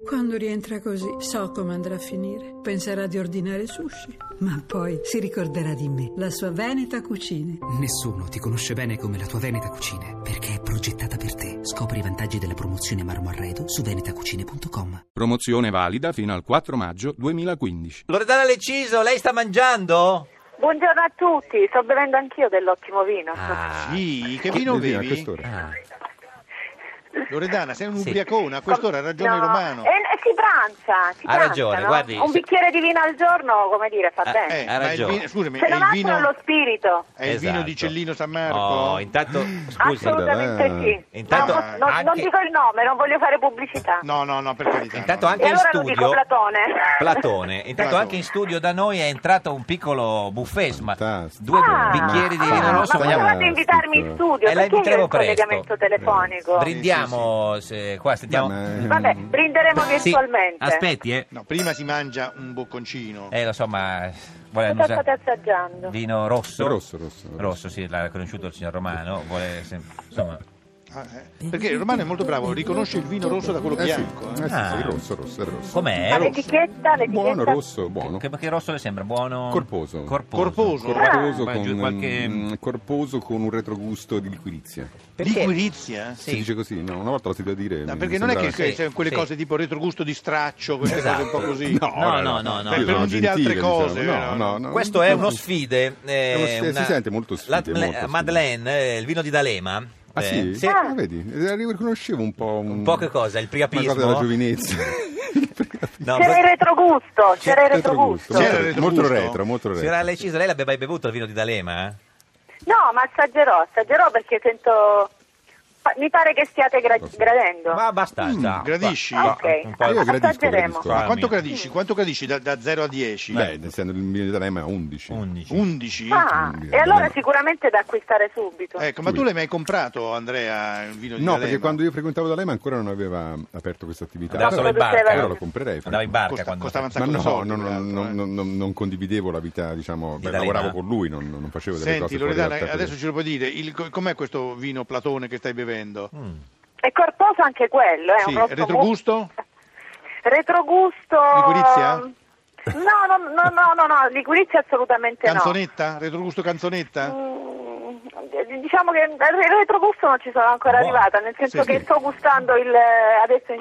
Quando rientra così, so come andrà a finire. Penserà di ordinare sushi, ma poi si ricorderà di me, la sua Veneta Cucine. Nessuno ti conosce bene come la tua Veneta Cucine, perché è progettata per te. Scopri i vantaggi della promozione Marmo Arredo su venetacucine.com. Promozione valida fino al 4 maggio 2015. Loredana Leciso, lei sta mangiando? Buongiorno a tutti, sto bevendo anch'io dell'ottimo vino. Sì, che vino bevi? A quest'ora? Loredana, sei un'ubriacona, a quest'ora ha ragione No, Romano. si pranza, Ha ragione, no? guardi, Un bicchiere di vino al giorno, come dire, fa bene. ha ma ragione. il vino, scusami, Se è non il altro vino, lo spirito. è il vino di Esatto. Cellino San Marco? Oh, intanto, scusi. Assolutamente sì. Intanto No, non anche- dico il nome, non voglio fare pubblicità. No, per carità. Intanto no. anche E in allora lo dico, studio Platone. Intanto Platone. anche in studio da noi è entrato un piccolo buffet, ma Fantastico. 2 Ah, bicchieri di vino ma rosso. potevate Vogliamo... invitarmi in studio, la perché io inviteremo il collegamento presto. telefonico. Brindiamo, qua sentiamo. Vabbè, brinderemo Sì, virtualmente. aspetti, No, prima si mangia un bocconcino. lo so, ma vuole Cosa state annusare assaggiando? vino rosso? Rosso. Sì, l'ha conosciuto il signor Romano, vuole insomma. Perché Romano è molto bravo, riconosce il vino rosso da quello bianco. Sì, il rosso, è rosso. Com'è? Ma l'etichetta? Buono, rosso, buono. Che rosso le sembra? Buono? Corposo. Corposo. Ma giù Corposo con un retrogusto di liquirizia. Liquirizia? Si dice così? No, una volta l'ho sentito dire. No, mi perché non è che sembrava- c'è quelle sì. cose tipo retrogusto di straccio, quelle Esatto. cose un po' così. No. Per non dire altre cose. No. Questo è uno sfide. Si sente molto sfide, molto sfide. Madeleine, il vino di D'Alema. Ah sì? Sì. Ah, vedi, riconoscevo un po'... Un po' che cosa? Il Una priapismo? cosa della giovinezza. No, C'era il retrogusto, c'era il Retrogusto. retrogusto. C'era il Molto retrogusto? retro. Signora Leciso, lei l'abbia mai bevuto il vino di D'Alema? No, ma assaggerò perché sento... Mi pare che stiate gradendo. Ma abbastanza. Gradisci? Ok, Un po'. Io gradisco. assaggeremo. Ma quanto gradisci? Quanto gradisci da 0 a 10? Beh, essendo il mio di D'Alema 11. 11. 11? Ah, e allora sicuramente da acquistare subito. Ecco, ma tu l'hai mai comprato, Andrea, il vino di No, D'Alema? perché quando io frequentavo D'Alema ancora non aveva aperto questa attività. Andava solo in Però- barca. Però lo comprerei. Andava in barca Costava un Ma sacco di no, soldi, non condividevo la vita, diciamo, Di beh, D'Alema. lavoravo con lui, non facevo delle Senti, cose fuori Loredana, dal adesso ce lo puoi dire, com'è questo vino Platone che stai bevendo? È corposo anche quello, è Sì, un rosso retrogusto? Retrogusto... Liquirizia? No, liquirizia assolutamente Canzonetta? Retrogusto canzonetta? no. Diciamo che il retrogusto non ci sono ancora Buono. arrivata, nel senso Sì, che sì. sto gustando adesso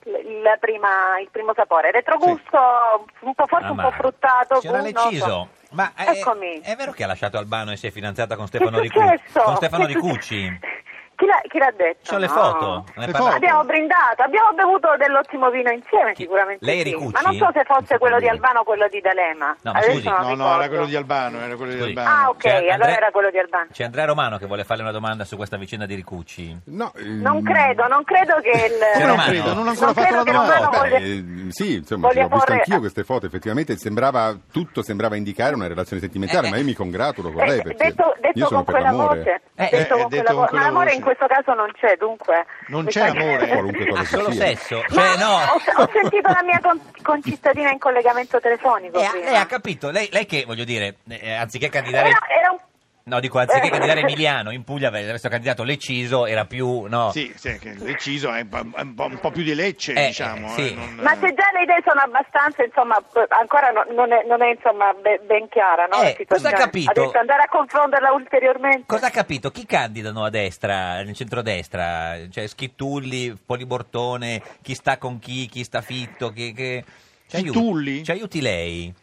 il primo sapore. Retrogusto forse un po' fruttato. Signora non so. Leciso, ma Eccomi. è vero che ha lasciato Albano e si è fidanzata con Stefano Che è successo? Con Stefano Che è Ricucci? Chi l'ha detto? Ci sono le No. foto. Ne Le parla- foto. Abbiamo brindato, abbiamo bevuto dell'ottimo vino insieme sicuramente. Lei e sì. Ricucci? Ma non so se fosse quello di Albano o quello di D'Alema. No, ma Adesso scusi. non No, ricordo. era quello di Albano, era quello di Scusi. Albano. Ah, ok, C'è allora Andrea- era quello di Albano. C'è Andrea Romano che vuole farle una domanda su questa vicenda di Ricucci. No, Non credo che il... C'è Non Romano. credo, non ho ancora Non fatto credo la che domanda. Romano voglia- sì, insomma, Voglio ho visto porre- anch'io queste foto, effettivamente tutto sembrava indicare una relazione sentimentale, ma io mi congratulo con lei perché detto io sono con per quella l'amore. voce, detto detto con quella voce, ma l'amore in questo caso non c'è, dunque. Non mi c'è sa che- amore? Qualunque cosa Ah, solo sia. sesso? Ma Cioè, no. ho sentito la mia concittadina in collegamento telefonico prima. Lei ha capito? Lei che, voglio dire, anziché candidare... Era un... No, dico, anziché candidare Emiliano in Puglia, avesse candidato Leciso, era più... No. Sì, che deciso è un po' più di Lecce, diciamo. sì. Ma se già le idee sono abbastanza, insomma, ancora non è insomma, ben chiara, no? la cosa situazione. ha capito? Adesso andare a confonderla ulteriormente. Cosa ha capito? Chi candidano a destra, nel centrodestra? Cioè Schittulli, Polibortone, chi sta con chi sta fitto? Schittulli? Ci aiuti lei?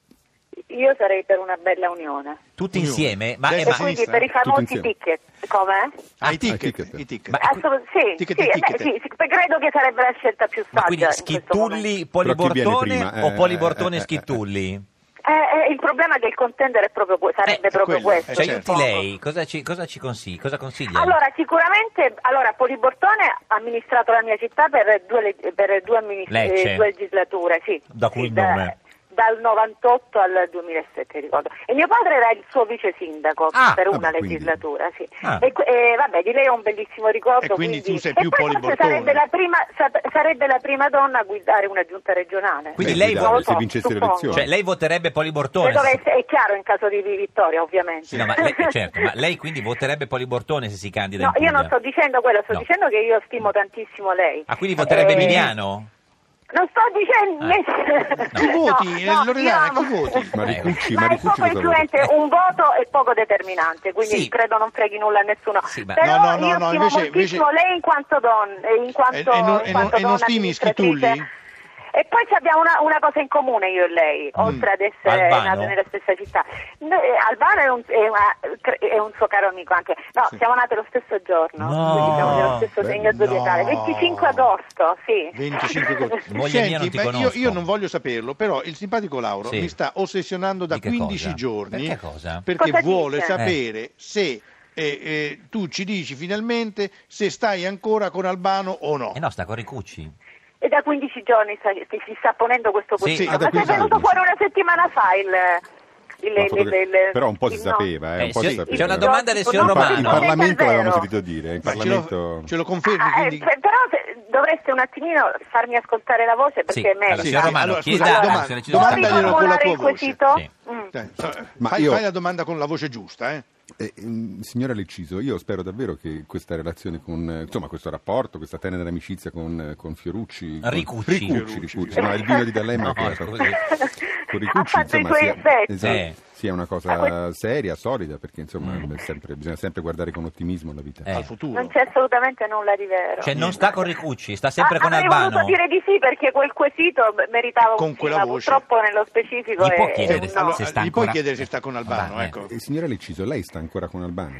Io sarei per una bella unione. Tutti Unione. insieme? Destra, E Ma- quindi sinistra? per i famosi insieme. ticket, come? I ticket. ticket. I ticket. Ma- Sì, Ticket sì, e ticket. sì, credo che sarebbe la scelta più Ma saggia. quindi in questo momento. Schittulli, Però chi viene Polibortone prima? o Polibortone e Schittulli? Il problema è che il contender è proprio sarebbe proprio quello, questo. Ci certo. aiuti lei? Cosa ci consiglia? Cosa consiglia? Allora, sicuramente, Polibortone ha amministrato la mia città per due Lecce. legislature, sì. Da cui Sì, il nome? Dal 98 al 2007, ricordo. E mio padre era il suo vice sindaco per una vabbè, quindi- legislatura, sì. Ah. E vabbè, di lei ho un bellissimo ricordo. E quindi tu sei più e poi forse Polibortone. sarebbe la prima donna a guidare una giunta regionale. Quindi Beh, lei guidare, vuole- se vincesse le suppongo. elezioni. Cioè lei voterebbe Polibortone? È chiaro in caso di vittoria, ovviamente. Sì, no, ma lei, certo, ma lei quindi voterebbe Polibortone se si candida No, in io non Puglia? sto dicendo quello, sto No. dicendo che io stimo tantissimo lei. Ah, quindi voterebbe Emiliano? Non sto dicendo... Chi voti, Loredana, chi voti? Ma Ricucci Ma è poco influente, un voto è poco determinante, quindi Sì. credo non freghi nulla a nessuno. Sì, ma- Però No, io stimo moltissimo lei in quanto donna, in quanto E non stimi amministratrice. Schitulli? E poi abbiamo una cosa in comune io e lei, oltre ad essere Albano? nate nella stessa città. Albano è un suo caro amico anche. No, siamo nate lo stesso giorno, No. quindi siamo dello stesso segno zodiacale. 25 agosto, sì. 25 agosto. Moglie mia, non ti conosco. Io non voglio saperlo, però il simpatico Lauro Sì. mi sta ossessionando da Di che 15 cosa? giorni. Per che cosa? Perché Cosa vuole dice? sapere se tu ci dici finalmente se stai ancora con Albano o no. No, sta con Ricucci. E da 15 giorni si sta ponendo questo Sì, quesito. da Ma sei 15 venuto giorni, fuori una settimana fa Però un po' si no. sapeva, un po' sì, si sapeva. c'è una domanda del signor No, Romano. In no, Parlamento è vero. l'avevamo sentito dire. In Ma Parlamento... ce lo confermi? Quindi... Però dovreste un attimino farmi ascoltare la voce perché Sì, è meglio. allora, signor Romano, allora, chieda scusa, al domanda- signor Può domandaglielo con la riformulare tua il voce. quesito? Sì. Ma Fai io- la domanda con la voce giusta, eh? Signora Lecciso, io spero davvero che questa relazione con, insomma, questo rapporto, questa tenera amicizia con Fiorucci, con Ricucci. Ricucci, no, è il vino di D'Alema No, che era scusi. con Ha Ricucci, fatto i insomma, suoi effetti. esatto, sia una cosa seria, solida, perché insomma bisogna sempre guardare con ottimismo la vita. Al futuro. Non c'è assolutamente nulla di vero. Cioè non sta con Ricucci, sta sempre con Avrei Albano. voluto dire di sì perché quel quesito meritava Con un quella ma voce. purtroppo nello specifico Gli può è chiedere un se- no. se sta gli ancora- puoi chiedere se sta con Albano, Albano, ecco. Signora Lecciso, lei sta ancora con Albano?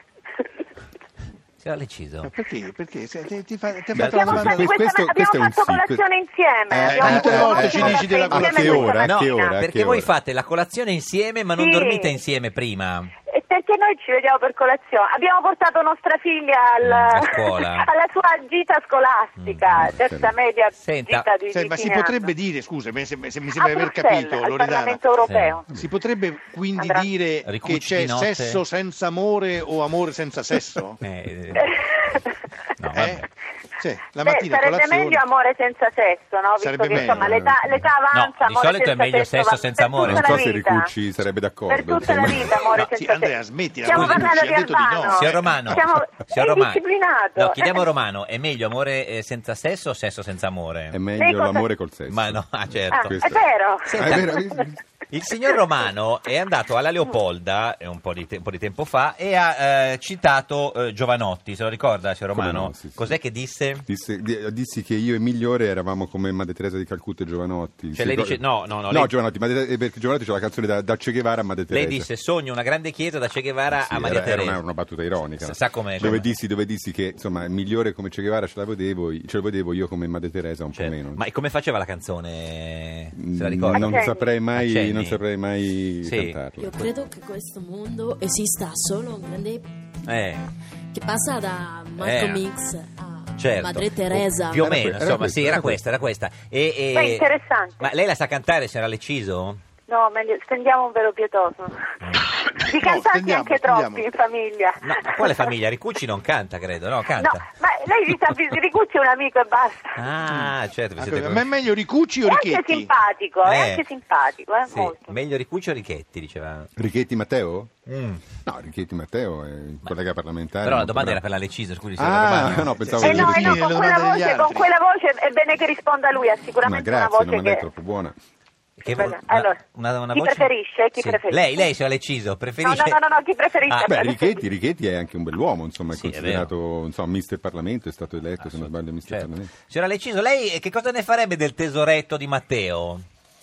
Si era deciso. Perché? Perché? Ti ha fatto Abbiamo una domanda... questo è abbiamo un fatto sì, colazione insieme. Abbiamo tutte le fatto volte ci colazione dici della insieme colazione. questa A che No, mattina. ora? perché voi fate la colazione insieme ma non Sì. dormite insieme prima. E perché noi ci vediamo per colazione. Abbiamo portato nostra figlia A scuola. alla sua gita scolastica, terza media Senta. gita di Ma si fine potrebbe anno. dire, scusa, se mi A sembra di aver Bruxelles, capito, al Loredana, Parlamento europeo. si potrebbe quindi Andrà. dire Ricucci che c'è di notte? sesso senza amore o amore senza sesso? No, vabbè. Cioè, la Beh, mattina sarebbe colazione... meglio amore senza sesso, no? Visto Sarebbe che meglio, insomma l'età avanza, No, di amore solito è senza meglio sesso va senza per amore. tutta Non la so se vita. Ricucci sarebbe d'accordo. Per tutta la insomma. vita, amore No, sì, senza Andrea, sesso. smettila, Stiamo scusi, parlando Ricucci di ha detto di no. Albano. Signor Romano, Siamo signor Romano. indisciplinato. No, chiediamo a Romano, è meglio amore senza sesso o sesso senza amore? È Lei meglio cosa- l'amore col sesso. Ma no, certo. Ah, Questo è vero. È vero. Il signor Romano è andato alla Leopolda un po' di tempo fa e ha citato Giovanotti, se lo ricorda, signor Come Romano? no, sì, sì. Cos'è che disse? Dissi che io e Migliore eravamo come Madre Teresa di Calcutta e Giovanotti. Cioè lei dice no, No, lei, Giovanotti, perché Giovanotti c'è la canzone da Che Guevara a Madre Teresa. lei disse sogno una grande chiesa da Che Guevara Sì, a Maria era Teresa. una battuta ironica. Sa com'è? Dove dissi che insomma Migliore come Che Guevara ce lo vedevo io come Madre Teresa un Cioè, po' meno. ma come faceva la canzone? Se la ricorda? Non Accenni. saprei mai, Accenni. non saprei mai Sì. cantarla. Io credo che questo mondo esista solo un grande che passa da Malcolm X a Certo. Madre Teresa. Più o Era meno, que- era insomma, questo, sì, era era questa. Beh, interessante. Ma lei la sa cantare, signora Lecciso? No, meglio, stendiamo un velo pietoso. Di cantanti stendiamo, anche stendiamo. troppi in famiglia. No, ma quale famiglia? Ricucci non canta, credo, no? No, Canta. ma lei Ricucci è un amico e basta. Ah, certo, vi siete Ma è meglio Ricucci o È anche Richetti? simpatico, Sì, molto. meglio Ricucci o Richetti, diceva. Richetti Matteo? Mm. No, Richetti Matteo è il collega parlamentare. Però la molto domanda era bravo. per la Lecciso, scusi, signor Ah, Romano. no, pensavo Sì, Eh no, sì, con le quella domande degli voce, con altri. quella voce è bene che risponda lui, ha Ma sicuramente una grazie, voce no, ma lei è che... troppo buona. Che Bene, una- allora, una chi voce? preferisce? Chi Sì. preferisce? Lei, signora Lecciso, No, preferisce... no, chi preferisce? Ah, Beh, Richetti è anche un bell'uomo, insomma, è Sì, è considerato insomma, mister Parlamento, è stato eletto, se non sbaglio, mister Certo. Parlamento. Signora Lecciso, lei che cosa ne farebbe del tesoretto di Matteo?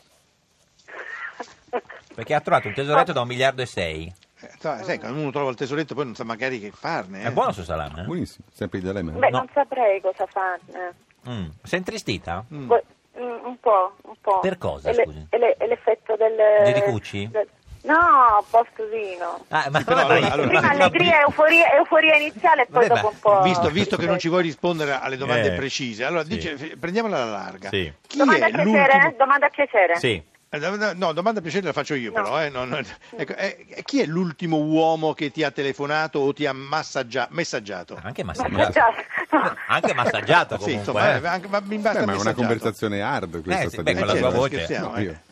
Perché ha trovato un tesoretto da 1,6 miliardi. Sai, quando uno trova il tesoretto poi non sa magari che farne. È buono su Salam? Buonissimo, sempre di D'Alema. Beh, No. non saprei cosa farne. Sei intristita? Un po'. Per cosa, E scusi? è l'effetto del... Di Ricucci? No, postusino. Ah, ma Però allora- Prima allegria, euforia iniziale e poi Vabbè, dopo un po'... Visto che non ci vuoi rispondere alle domande Eh, precise, allora sì. prendiamola alla larga. Sì. Chi Domanda è a piacere? l'ultimo... Domanda a piacere? Sì. No, domanda a piacere la faccio io No. però. Ecco, chi è l'ultimo uomo che ti ha telefonato o ti ha messaggiato? Anche Ma massaggiato. già, Anche massaggiato Sì, comunque. insomma, anche, ma mi basta Beh, ma è una messaggiato. conversazione hard questa sì, sta beh, con la dicendo. sua voce. Scherziamo, No, io.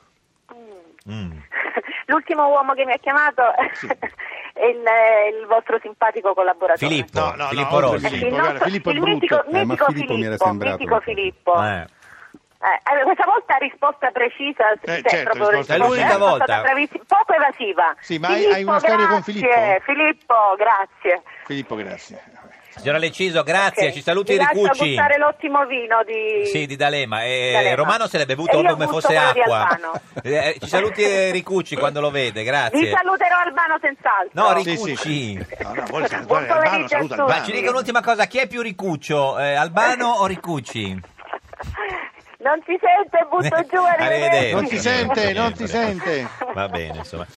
L'ultimo uomo che mi ha chiamato è il vostro simpatico collaboratore. Filippo, No, Filippo oltre Rossi. Filippo, guarda, Filippo è il brutto. mitico Ma Filippo mi era sembrato mitico un po'. Filippo. Questa volta risposta precisa, certo, è l'unica volta. Poco evasiva. Sì, ma hai una storia con Filippo? Filippo, grazie. Signora Leciso, grazie, ci saluti Ricucci. Ricucci. Lascio gustare l'ottimo vino di D'Alema. Romano se l'è bevuto come fosse acqua. Ci saluti Ricucci quando lo vede, grazie. Vi saluterò Albano senz'altro. No, Ricucci. Sì. No, vuole salutare Albano, saluta Albano. Ma ci dica un'ultima cosa, chi è più Ricuccio, Albano o Ricucci? Non si sente, butto giù, arrivederci. Non si sente. Va bene, insomma.